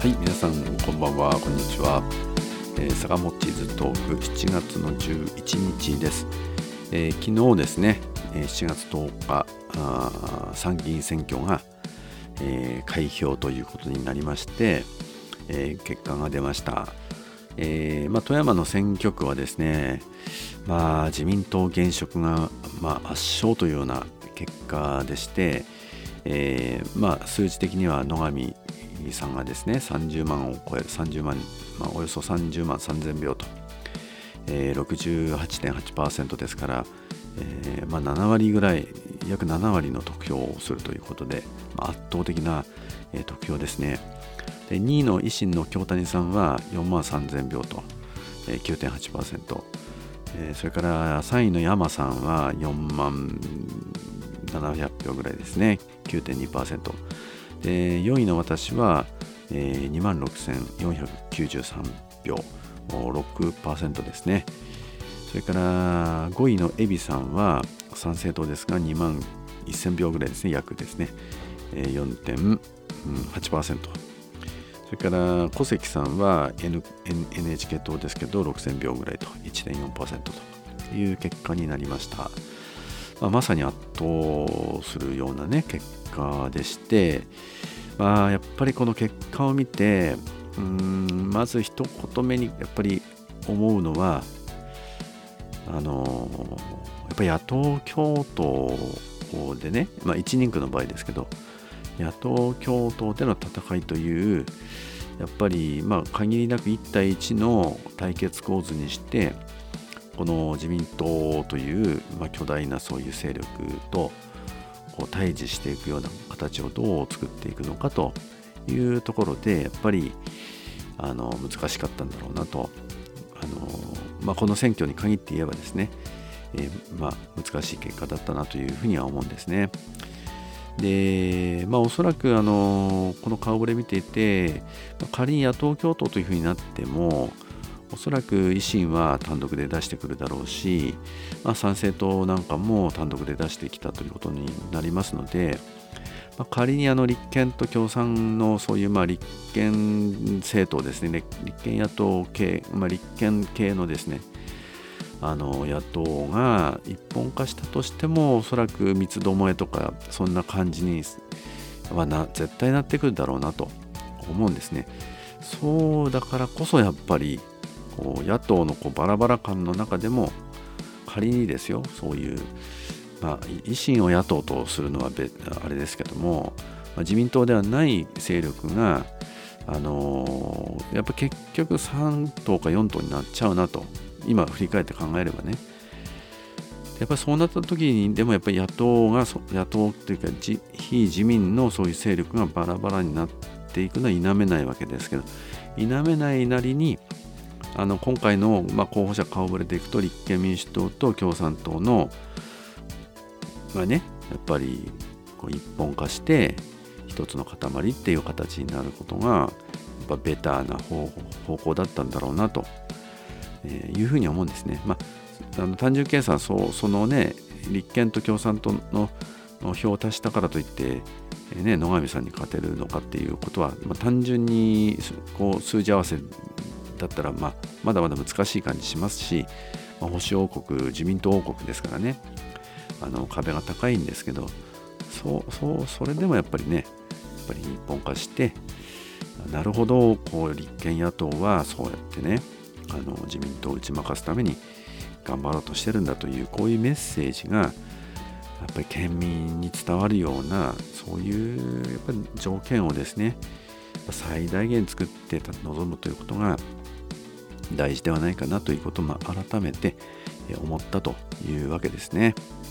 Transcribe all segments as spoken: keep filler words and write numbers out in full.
はい、皆さんこんばんは、こんにちは。えー、坂本チーズトークしちがつのじゅういちにちです。えー、昨日ですね、えー、しちがつとおかあ参議院選挙が、えー、開票ということになりまして、えー、結果が出ました。えーまあ、富山の選挙区はですね、まあ、自民党現職が、まあ、圧勝というような結果でして、えーまあ、数字的には野上さんがですねさんじゅうまんを超えるさんじゅうまん、まあ、およそさんじゅうまんさんぜんひょうと、えー、ろくじゅうはちてんはちパーセント ですから、えーまあ、ななわりぐらい約ななわりの得票をするということで、まあ、圧倒的な、えー、得票ですね。でにいの維新の京谷さんはよんまんさんぜんひょうと、えー、きゅうてんはちパーセント、えー、それからさんいの山さんはよんまんななひゃくひょうぐらいですね、 きゅうてんにパーセント でよんいの私は、えー、にまんろくせんよんひゃくきゅうじゅうさんひょう ろくパーセント ですね。それからごいの海老さんは参政党ですがにまんせんひょうぐらいですね、約ですね、えー、よんてんはちパーセント。それから小関さんは、N、エヌエイチケー 党ですけどろくせんひょうぐらいと いちてんよんパーセント という結果になりました。まあ、まさに圧倒するようなね結果でして、まあ、やっぱりこの結果を見てうーんまず一言目にやっぱり思うのはあのやっぱり野党共闘でね、まあ、いちにんくの場合ですけど野党共闘での戦いというやっぱりまあ限りなくいち対いちの対決構図にしてこの自民党という、まあ、巨大なそういう勢力とこう対峙していくような形をどう作っていくのかというところでやっぱりあの難しかったんだろうなと、あの、まあ、この選挙に限って言えばですね、えーまあ、難しい結果だったなというふうには思うんですね。で、まあ、おそらくあのこの顔ぶれ見ていて仮に野党共闘というふうになってもおそらく維新は単独で出してくるだろうし、まあ、参政党なんかも単独で出してきたということになりますので、まあ、仮にあの立憲と共産のそういうまあ立憲政党ですね、立憲野党系、まあ、立憲系のですねあの野党が一本化したとしてもおそらく三つどもえとかそんな感じにはな絶対なってくるだろうなと思うんですね。そうだからこそやっぱりこう野党のこうバラバラ感の中でも仮にですよそういう、まあ、維新を野党とするのは別あれですけども、まあ、自民党ではない勢力が、あのー、やっぱ結局さんとうかよんとうになっちゃうなと今振り返って考えればね、やっぱりそうなった時にでもやっぱり野党が野党というか非自民のそういう勢力がバラバラになっていくのは否めないわけですけど、否めないなりにあの今回の、まあ、候補者顔ぶれでいくと立憲民主党と共産党のまあねやっぱりこう一本化して一つの塊っていう形になることがやっぱベターな方方向だったんだろうなと、えー、いうふうに思うんですね。まあ、あの単純計算そうそのね立憲と共産党の票を足したからといって、えーね、野上さんに勝てるのかっていうことは、まあ、単純にこう数字合わせだったら、まあ、まだまだ難しい感じしますし、まあ、保守王国自民党王国ですからねあの壁が高いんですけど、そうそうそれでもやっぱりねやっぱり一本化してなるほどこう立憲野党はそうやってねあの自民党を打ち負かすために頑張ろうとしてるんだというこういうメッセージがやっぱり県民に伝わるようなそういうやっぱり条件をですね最大限作って臨むということが大事ではないかなということを改めて思ったというわけですね。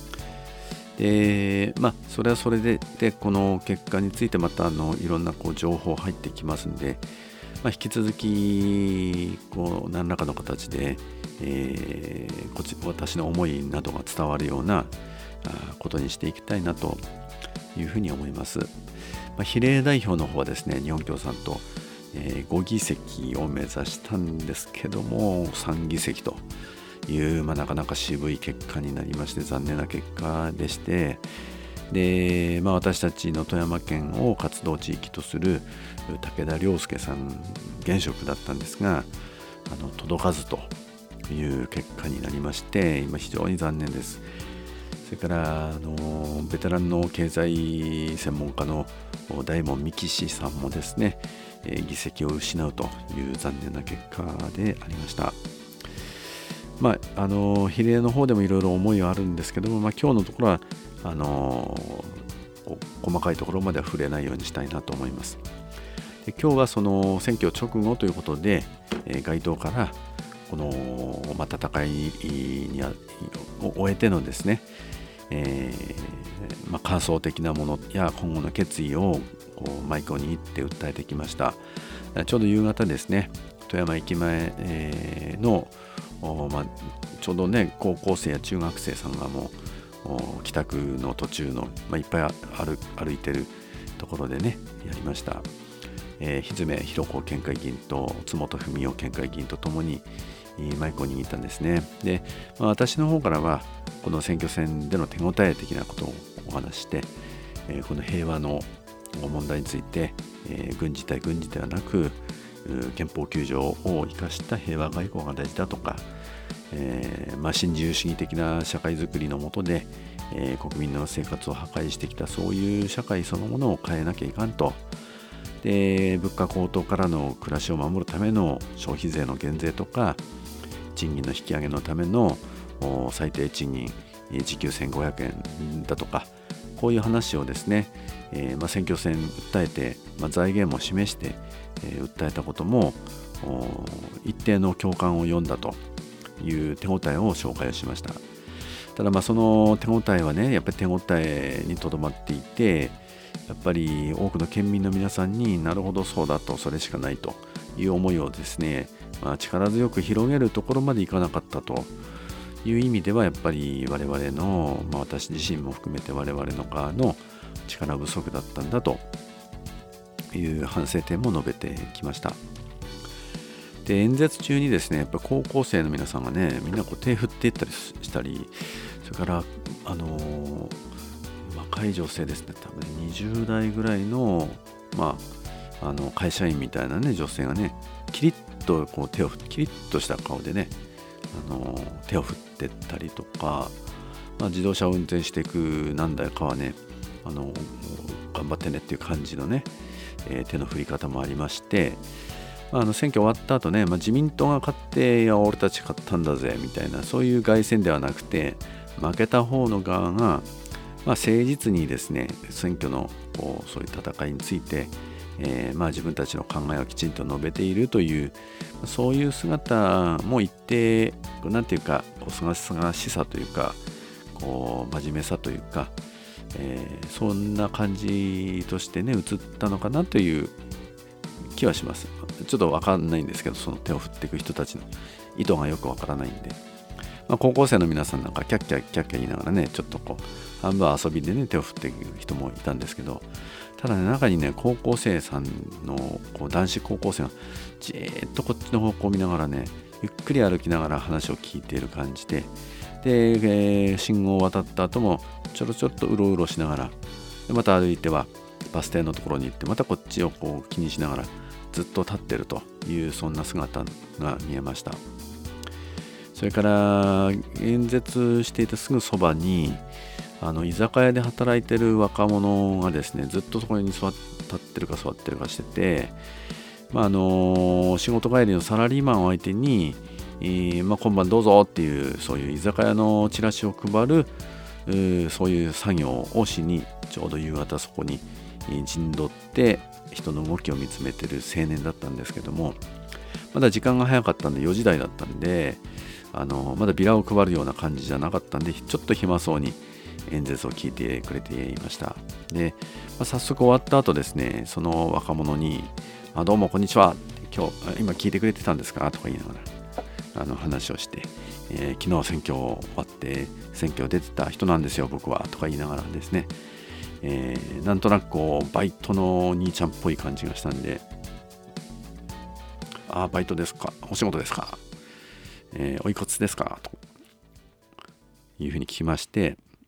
でまあそれはそれで、でこの結果についてまたあのいろんなこう情報入ってきますので、まあ、引き続きこう何らかの形で、えー、こっち私の思いなどが伝わるようなことにしていきたいなというふうに思います。まあ、比例代表の方はですね日本共産党えー、ごぎせきを目指したんですけどもさんぎせきという、まあ、なかなか渋い結果になりまして残念な結果でして、 で、まあ、私たちの富山県を活動地域とする武田良介さん現職だったんですが、あの届かずという結果になりまして、今非常に残念です。それからあのベテランの経済専門家の大門幹氏さんもですね、えー、議席を失うという残念な結果でありました。まあ、あの比例の方でもいろいろ思いはあるんですけども、まあ、今日のところはあの細かいところまでは触れないようにしたいなと思います。で今日はその選挙直後ということで、えー、街頭からこの、まあ、戦いにを終えてのですね、えーまあ、感想的なものや今後の決意をこうマイクを握って訴えてきました。ちょうど夕方ですね、富山駅前、えー、のまあ、ちょうどね高校生や中学生さんがもう帰宅の途中の、まあ、いっぱい歩、歩いてるところでねやりました。えー、日詰弘子県会議員と津本文雄県会議員とともにマイクを握ったんですね。で、まあ、私の方からはこの選挙戦での手応え的なことをお話して、えー、この平和の問題について、えー、軍事対軍事ではなく憲法きゅう条を生かした平和外交が大事だとか、えーまあ、新自由主義的な社会づくりの下で、えー、国民の生活を破壊してきたそういう社会そのものを変えなきゃいかんと。で物価高騰からの暮らしを守るための消費税の減税とか賃金の引き上げのための最低賃金時給せんごひゃくえんだとか、こういう話をですね、えーまあ、選挙戦訴えて、まあ、財源も示して、えー、訴えたことも一定の共感を読んだという手応えを紹介をしました。ただまあその手応えはねやっぱり手応えにとどまっていて、やっぱり多くの県民の皆さんになるほどそうだと、それしかないという思いをですね、まあ、力強く広げるところまでいかなかったという意味ではやっぱり我々の、まあ、私自身も含めて我々の側の力不足だったんだという反省点も述べてきました。で演説中にですねやっぱ高校生の皆さんがねみんなこう手振っていったりしたり、それからあのー、若い女性ですね、多分にじゅう代ぐらいのまああの会社員みたいなね女性がねキリッとこう手をキリッとした顔でねあの手を振ってったりとか、まあ、自動車を運転していく何台かはねあの頑張ってねっていう感じのね、えー、手の振り方もありまして、まあ、あの選挙終わった後ね、まあ、自民党が勝っていや俺たち勝ったんだぜみたいなそういう凱旋ではなくて、負けた方の側が、まあ、誠実にですね選挙のこうそういう戦いについてえーまあ、自分たちの考えをきちんと述べているというそういう姿も一定なんていうかこうすがすがしさというかこう真面目さというか、えー、そんな感じとしてね映ったのかなという気はします。ちょっと分かんないんですけど、その手を振っていく人たちの意図がよく分からないんで、まあ、高校生の皆さんなんかキャッキャッキャッキャ言いながらねちょっとこう半分遊びでね手を振っていく人もいたんですけど、ただね中にね高校生さんのこう男子高校生がじーっとこっちの方向を見ながらねゆっくり歩きながら話を聞いている感じで、で、えー、信号を渡った後もちょろちょろっとうろうろしながらでまた歩いてはバス停のところに行ってまたこっちをこう気にしながらずっと立ってるというそんな姿が見えました。それから演説していたすぐそばにあの居酒屋で働いてる若者がですねずっとそこに座っ立ってるか座ってるかしてて、まああの仕事帰りのサラリーマンを相手に、えーまあ、今晩どうぞっていうそういう居酒屋のチラシを配るそういう作業をしにちょうど夕方そこに陣取って人の動きを見つめてる青年だったんですけども、まだ時間が早かったんでよじ台だったんであのまだビラを配るような感じじゃなかったんでちょっと暇そうに演説を聞いてくれていました。で、まあ、早速終わった後ですねその若者にあどうもこんにちは今日今聞いてくれてたんですかとか言いながらあの話をして、えー、昨日選挙終わって選挙出てた人なんですよ僕はとか言いながらですね、えー、なんとなくこうバイトの兄ちゃんっぽい感じがしたんで、あバイトですかお仕事ですか、えー、おいくつですかというふうに聞きまして、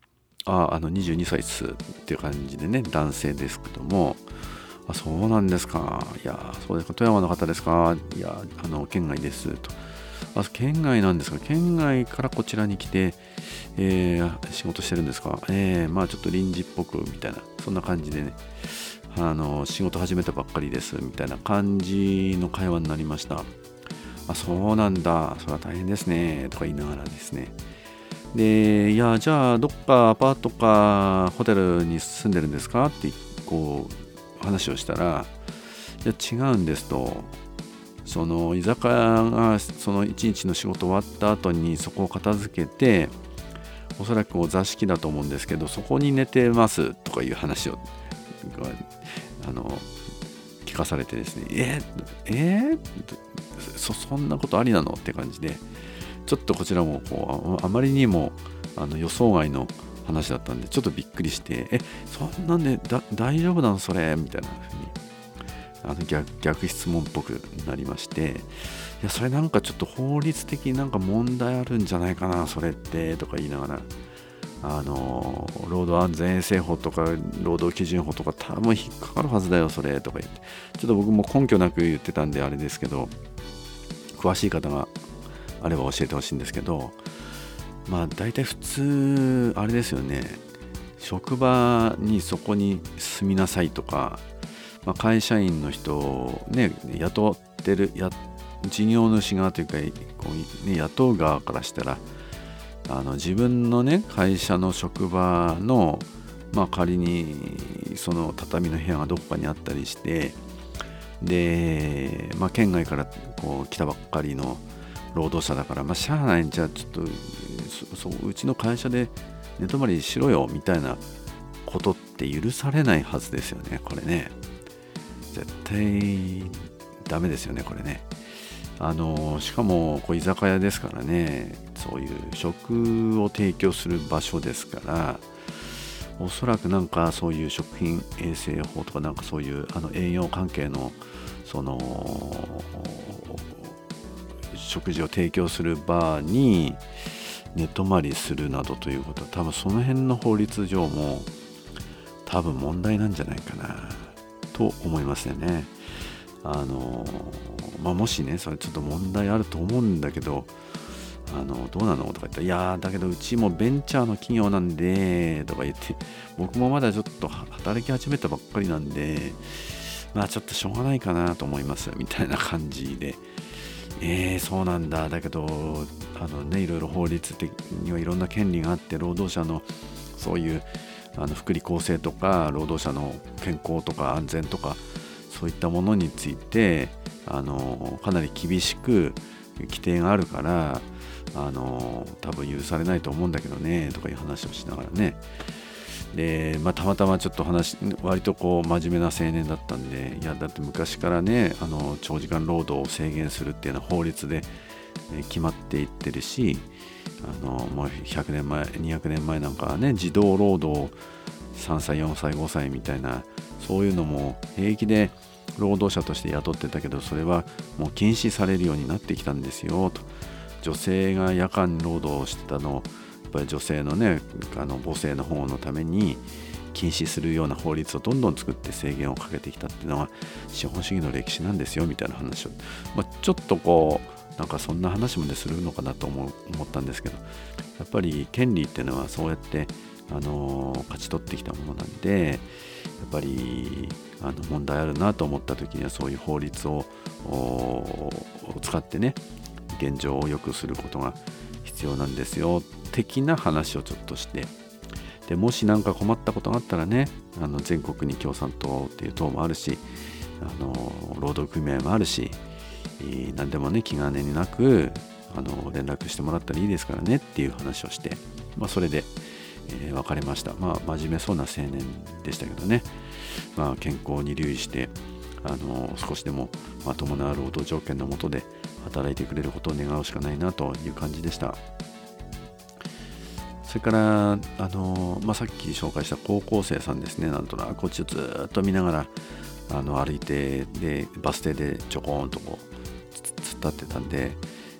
ああのにじゅうにさいっすっていう感じでね、男性ですけども、あそうなんですか、いやそうですか、富山の方ですか、いやあの県外ですと、あ県外なんですか、県外からこちらに来て、えー、仕事してるんですか、えー、まあちょっと臨時っぽくみたいな、そんな感じでね、あの仕事始めたばっかりですみたいな感じの会話になりました。あそうなんだ、それは大変ですねとか言いながらですね、でいやじゃあどっかアパートかホテルに住んでるんですかってこう話をしたら、いや違うんですと、その居酒屋がその一日の仕事終わった後にそこを片付けて、おそらくお座敷だと思うんですけど、そこに寝てますとかいう話をあの聞かされてですね、えー、えー、そそんなことありなのって感じで、ちょっとこちらもこう あ, あまりにもあの予想外の話だったんで、ちょっとびっくりして、えそんなんでだ大丈夫なのそれみたいな風にあの 逆, 逆質問っぽくなりまして、いやそれなんかちょっと法律的になんか問題あるんじゃないかなそれってとか言いながら、あの労働安全衛生法とか労働基準法とか多分引っかかるはずだよそれとか言って、ちょっと僕も根拠なく言ってたんであれですけど、詳しい方があれば教えてほしいんですけど、まあ大体普通あれですよね、職場にそこに住みなさいとか、まあ、会社員の人をね雇ってるや事業主側というかこう、ね、雇う側からしたら、あの自分のね会社の職場の、まあ、仮にその畳の部屋がどこかにあったりして、で、まあ、県外からこう来たばっかりの労働者だから、まあ、しゃあないんじゃあちょっと そ, そううちの会社で寝泊まりしろよみたいなことって許されないはずですよね。これね絶対ダメですよねこれね。あのしかもこう居酒屋ですからね、そういう食を提供する場所ですから、おそらくなんかそういう食品衛生法とかなんかそういうあの営業関係のその食事を提供する場に寝泊まりするなどということは、多分その辺の法律上も多分問題なんじゃないかなと思いますよね。あのまあ、もしねそれちょっと問題あると思うんだけど、あのどうなのとか言ったら、いやーだけどうちもベンチャーの企業なんでとか言って、僕もまだちょっと働き始めたばっかりなんで、まあちょっとしょうがないかなと思いますみたいな感じで、えーそうなんだ、だけどあのねいろいろ法律的にはいろんな権利があって、労働者のそういうあの福利厚生とか労働者の健康とか安全とかそういったものについてあのかなり厳しく規定があるから、あの多分許されないと思うんだけどねとかいう話をしながらね、で、まあ、たまたまちょっと話割とこう真面目な青年だったんで、いやだって昔からねあの長時間労働を制限するっていうのは法律で決まっていってるし、あのもうひゃくねんまえにひゃくねんまえなんかはね児童労働さんさいよんさいごさいみたいな、そういうのも平気で労働者として雇ってたけど、それはもう禁止されるようになってきたんですよと。女性が夜間労働をしてたのをやっぱり女性のねあの母性の保護のために禁止するような法律をどんどん作って制限をかけてきたっていうのが資本主義の歴史なんですよみたいな話を、まあ、ちょっとこうなんかそんな話もねするのかなと思う思ったんですけど、やっぱり権利っていうのはそうやってあの勝ち取ってきたものなんで、やっぱりあの問題あるなと思った時にはそういう法律を使ってね現状を良くすることが必要なんですよ的な話をちょっとして、でもし何か困ったことがあったらね、あの全国に共産党っていう党もあるし、あの労働組合もあるし、何でもね気兼ねになくあの連絡してもらったらいいですからねっていう話をして、まあ、それで、えー、別れました。まあ真面目そうな青年でしたけどね、まあ、健康に留意してあの少しでもまともな労働条件の下で働いてくれることを願うしかないなという感じでした。それからあの、まあ、さっき紹介した高校生さんですね、なんとなくこっちをずっと見ながらあの歩いて、でバス停でちょこんとこう突っ立ってたんで、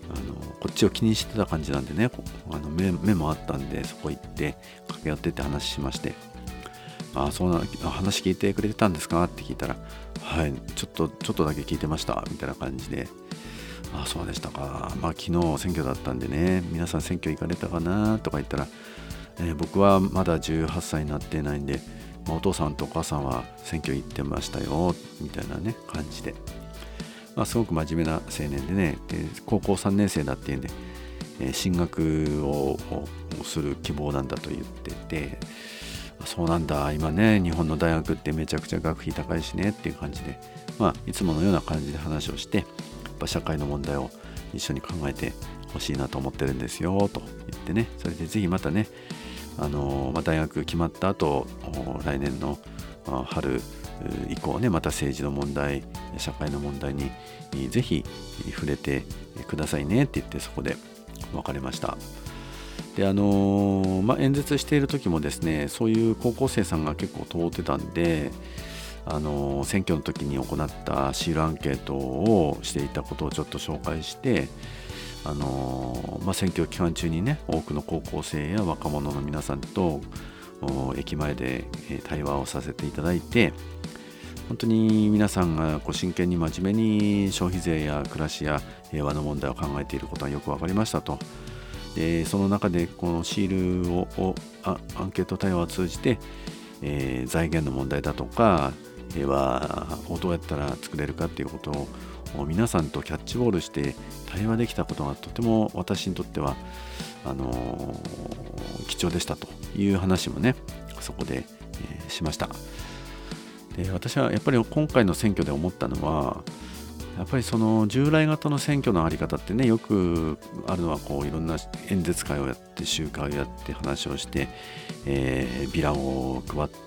あのこっちを気にしてた感じなんでね、あの 目, 目もあったんで、そこ行って駆け寄ってって話しまして、あそうな話聞いてくれてたんですかって聞いたら、はいちょっとちょっとだけ聞いてましたみたいな感じで、あそうでしたか、まあ昨日選挙だったんでね、皆さん選挙行かれたかなとか言ったら、えー、僕はまだじゅうはっさいになってないんで、まあ、お父さんとお母さんは選挙行ってましたよみたいなね感じで、まあ、すごく真面目な青年でね、で高校さんねん生だっていうんで、えー、進学をする希望なんだと言ってて、そうなんだ今ね日本の大学ってめちゃくちゃ学費高いしねっていう感じで、まあいつものような感じで話をして、やっぱ社会の問題を一緒に考えてほしいなと思ってるんですよと言ってね、それでぜひまたね、あのーまあ、大学決まった後来年の春以降ね、また政治の問題社会の問題にぜひ触れてくださいねって言って、そこで別れました。であのーまあ、演説している時もですね、そういう高校生さんが結構通ってたんで、あのー選挙の時に行ったシールアンケートをしていたことをちょっと紹介して、あのーまあ、選挙期間中にね多くの高校生や若者の皆さんと駅前で対話をさせていただいて、本当に皆さんがこう真剣に真面目に消費税や暮らしや平和の問題を考えていることがよく分かりましたと。でその中でこのシールををあアンケート対話を通じて、えー財源の問題だとか平和をどうやったら作れるかっていうことを皆さんとキャッチボールして対話できたことがとても私にとってはあのー貴重でしたという話もねそこで、えーしました。で私はやっぱり今回の選挙で思ったのは、やっぱりその従来型の選挙のあり方ってね、よくあるのはこういろんな演説会をやって集会をやって話をして、えービラを配って、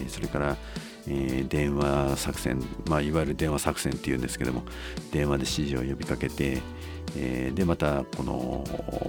それから、えー電話作戦、まあ、いわゆる電話作戦っていうんですけども、電話で支持を呼びかけて、えーでまたこの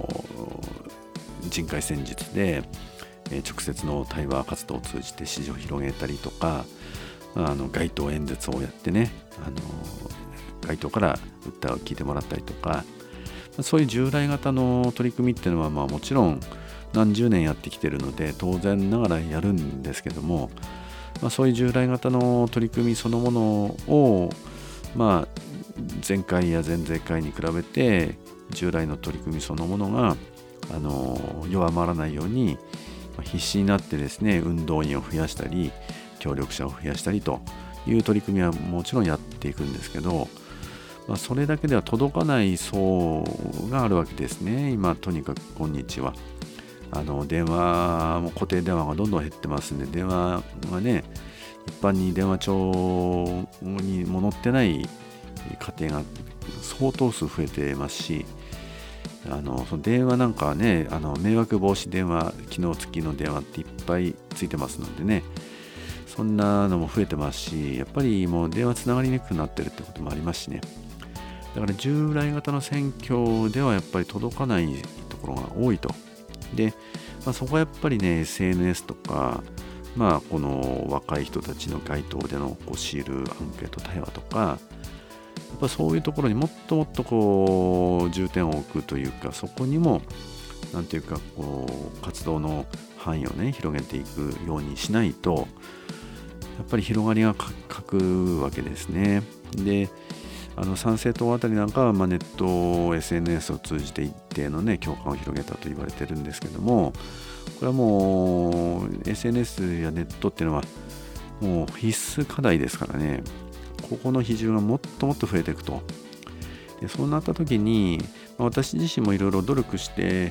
人海戦術で、えー直接の対話活動を通じて支持を広げたりとか、あの街頭演説をやってね、あの街頭から訴えを聞いてもらったりとか、そういう従来型の取り組みっていうのは、まあもちろん何十年やってきてるので当然ながらやるんですけども、まあ、そういう従来型の取り組みそのものを、まあ前回や前々回に比べて従来の取り組みそのものがあの弱まらないように必死になってですね、運動員を増やしたり協力者を増やしたりという取り組みはもちろんやっていくんですけど、まあ、それだけでは届かない層があるわけですね。今とにかく今日はあの電話も固定電話がどんどん減ってますんで、電話がね一般に電話帳にも載ってない家庭が相当数増えてますし、あのその電話なんかはね、あの迷惑防止電話、機能付きの電話っていっぱいついてますのでね、そんなのも増えてますし、やっぱりもう電話つながりにくくなってるってこともありますしね。だから従来型の選挙ではやっぱり届かないところが多いと。で、まあ、そこはやっぱりね エスエヌエス とか、まあこの若い人たちの街頭でのこうシールアンケート対話とか、やっぱそういうところにもっともっとこう重点を置くというか、そこにもなんていうかこう活動の範囲をね広げていくようにしないと、やっぱり広がりが欠くわけですね。で、あの参政党あたりなんかは、まあ、ネット エスエヌエス を通じて一定のね共感を広げたと言われてるんですけども、これはもう エスエヌエス やネットっていうのはもう必須課題ですからね、ここの比重がもっともっと増えていくと。でそうなった時に、まあ、私自身もいろいろ努力して、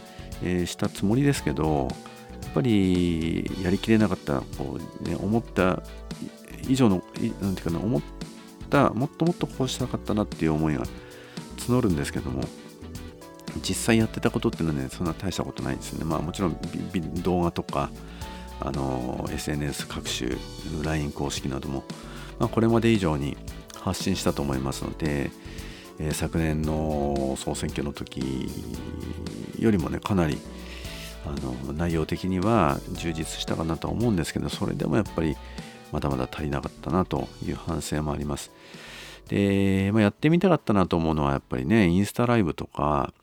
えー、したつもりですけど、やっぱりやりきれなかった、こう、ね、思った以上のなんていうかな、思ったもっともっとこうしたかったなっていう思いが募るんですけども、実際やってたことっていうのはねそんな大したことないんですよね。まあもちろん動画とかあの エスエヌエス 各種 ライン 公式なども、まあ、これまで以上に発信したと思いますので、えー、昨年の総選挙の時よりもねかなりあの内容的には充実したかなとは思うんですけど、それでもやっぱりまだまだ足りなかったなという反省もあります。で、まあ、やってみたかったなと思うのはやっぱりねインスタライブとか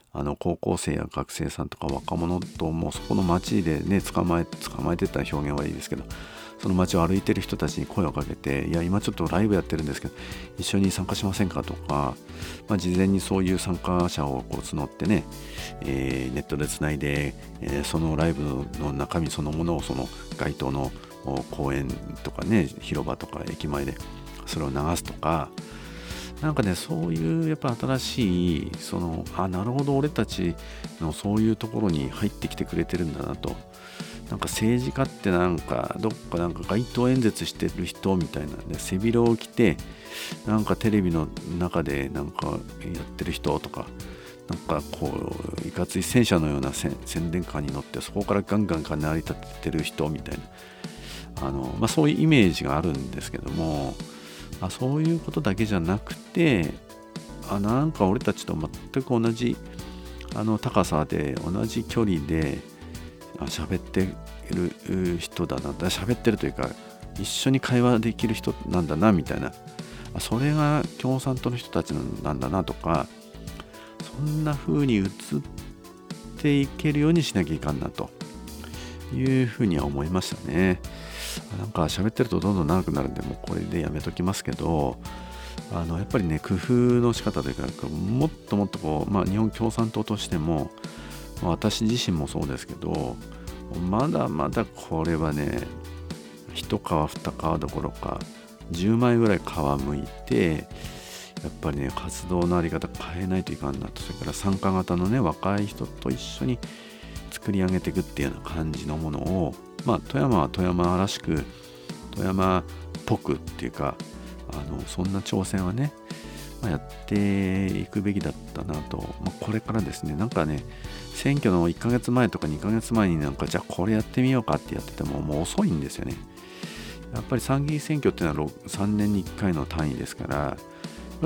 あの高校生や学生さんとか若者ともうそこの街でね捕まえ捕まえてた表現はいいですけど、その街を歩いてる人たちに声をかけて、いや今ちょっとライブやってるんですけど一緒に参加しませんかとか、まあ、事前にそういう参加者をこう募ってね、えーネットでつないで、えーそのライブの中身そのものをその街頭の公園とかね広場とか駅前でそれを流すとか、なんかねそういうやっぱ新しいそのあなるほど俺たちのそういうところに入ってきてくれてるんだなと。なんか政治家ってなんかどっかなんか街頭演説してる人みたいなね、背広を着てなんかテレビの中でなんかやってる人とか、なんかこういかつい戦車のような宣伝カーに乗ってそこからガンガンかなり立ててる人みたいな、あの、まあ、そういうイメージがあるんですけども、あそういうことだけじゃなくて、あなんか俺たちと全く同じあの高さで同じ距離で喋ってる人だな、喋ってるというか一緒に会話できる人なんだなみたいな、それが共産党の人たちなんだなとか、そんな風に映っていけるようにしなきゃいかんなというふうには思いましたね。なんか喋ってるとどんどん長くなるんでもうこれでやめときますけど、あのやっぱりね工夫の仕方というか、もっともっとこう、まあ、日本共産党としても、まあ、私自身もそうですけど、まだまだこれはね一皮二皮どころかじゅうまいぐらい皮むいて、やっぱりね活動のあり方変えないといかんなと。それから参加型のね若い人と一緒に作り上げていくっていうような感じのものを、まあ富山は富山らしく富山っぽくっていうか、あのそんな挑戦はね、まあ、やっていくべきだったなと、まあ、これからですね、なんかね選挙のいっかげつまえとかにかげつまえになんかじゃあこれやってみようかってやっててももう遅いんですよね。やっぱり参議院選挙っていうのはさんねんにいっかいの単位ですから、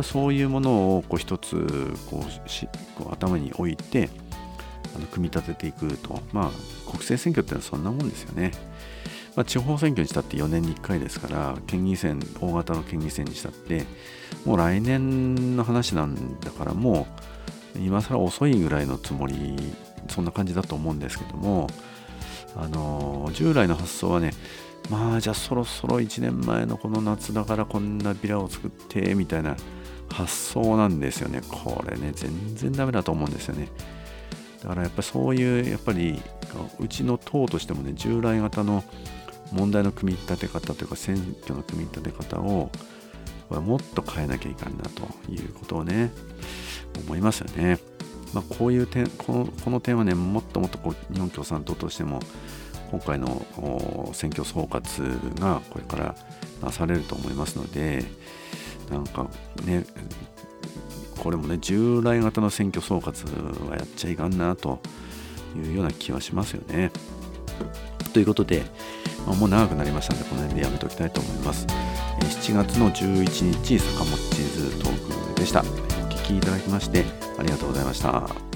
そういうものをこう一つこうしこう頭に置いてあの組み立てていくと、まあ国政選挙ってのはそんなもんですよね。まあ、地方選挙にしたってよねんにいっかいですから、県議選大型の県議選にしたってもう来年の話なんだから、もう今更遅いぐらいのつもり、そんな感じだと思うんですけども、あの従来の発想はね、まあじゃあそろそろいちねんまえのこの夏だからこんなビラを作ってみたいな発想なんですよね。これね全然ダメだと思うんですよね。だからやっぱりそういうやっぱりうちの党としてもね、従来型の問題の組み立て方というか選挙の組み立て方をもっと変えなきゃいかんなということをね思いますよね。まあ、こういう点この、この点はねもっともっとこう日本共産党としても今回の選挙総括がこれからなされると思いますので、なんかねこれもね従来型の選挙総括はやっちゃいかんなというような気はしますよね。ということで、まあ、もう長くなりましたのでこの辺でやめておきたいと思います。しちがつのじゅういちにち坂本チーズトークでした。お聞きいただきましてありがとうございました。